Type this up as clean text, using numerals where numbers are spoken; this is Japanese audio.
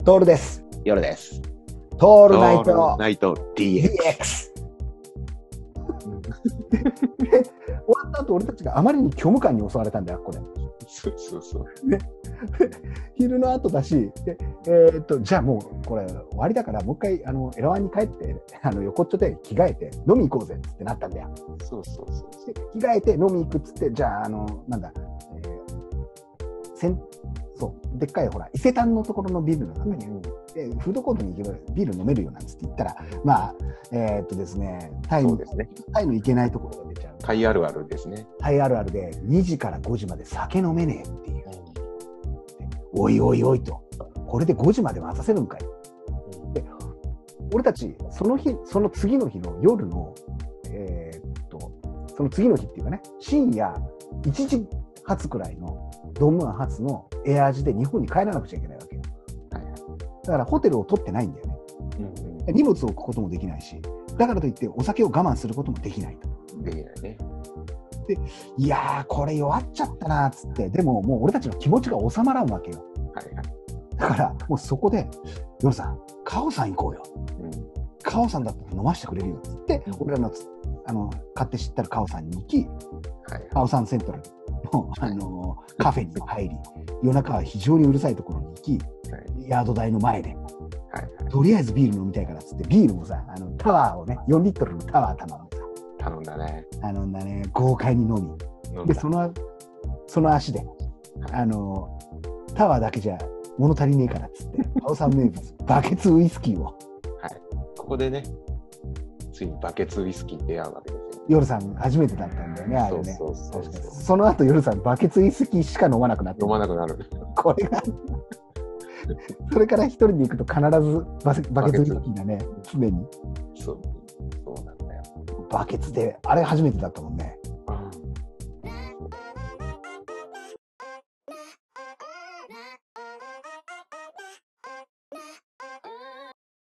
トールです。 夜です。 トールナイオールトナイト DX。 DX。で、終わった後、俺たちがあまりに虚無感に襲われたんだよ、これ。 そう。 ね、昼の後だし、で、じゃあもうこれ終わりだから、もう一回エラワンに帰って、横っちょで着替えて飲み行こうぜってなったんだよ。 そう。 で着替えて飲み行くっつって、じゃあ、なんだ、そうでっかいほら伊勢丹のところのビルの中に、でフードコートに行けばビール飲めるよなんつって言ったら、まあですね、タイの行けないところが出ちゃう。 タイあるあるですね。 タイあるあるで2時から5時まで酒飲めねえっていう。おいおいおいと、これで5時まで待たせるんかい。で、俺たちその次の日の夜のその次の日っていうかね、深夜1時発くらいのドンムアン発のエアージで日本に帰らなくちゃいけないわけよ。だからホテルを取ってないんだよね。荷物を置くこともできないし、だからといってお酒を我慢することもできないと。 できないね。 で、いやーこれ弱っちゃったなーっつって、でももう俺たちの気持ちが収まらんわけよ。だからもうそこで、ヨルさん、カオさん行こうよ。カオさんだったら飲ましてくれるよっつって、俺らの買って知ったらカオさんに行き、カオさんセントラルの、カフェに入り、夜中は非常にうるさいところに行き、ヤード台の前で、とりあえずビール飲みたいからっつって、ビールもさ、タワーをね、4リットルのタワー頼んでさ、 頼んだね。 豪快に飲み。で、その足で、タワーだけじゃ物足りねえからっつって、カオさん名物、バケツウイスキーを。 ここでね、ついにバケツウイスキーに出会うわけですよ。 夜さん初めてだったんだよね、あれね。 そう。 その後夜さんバケツウイスキーしか飲まなくなって。 飲まなくなる。 これがそれから一人で行くと必ずバケツウイスキーだね、常に。 そうなんだよ。 バケツで、あれ初めてだったもんね。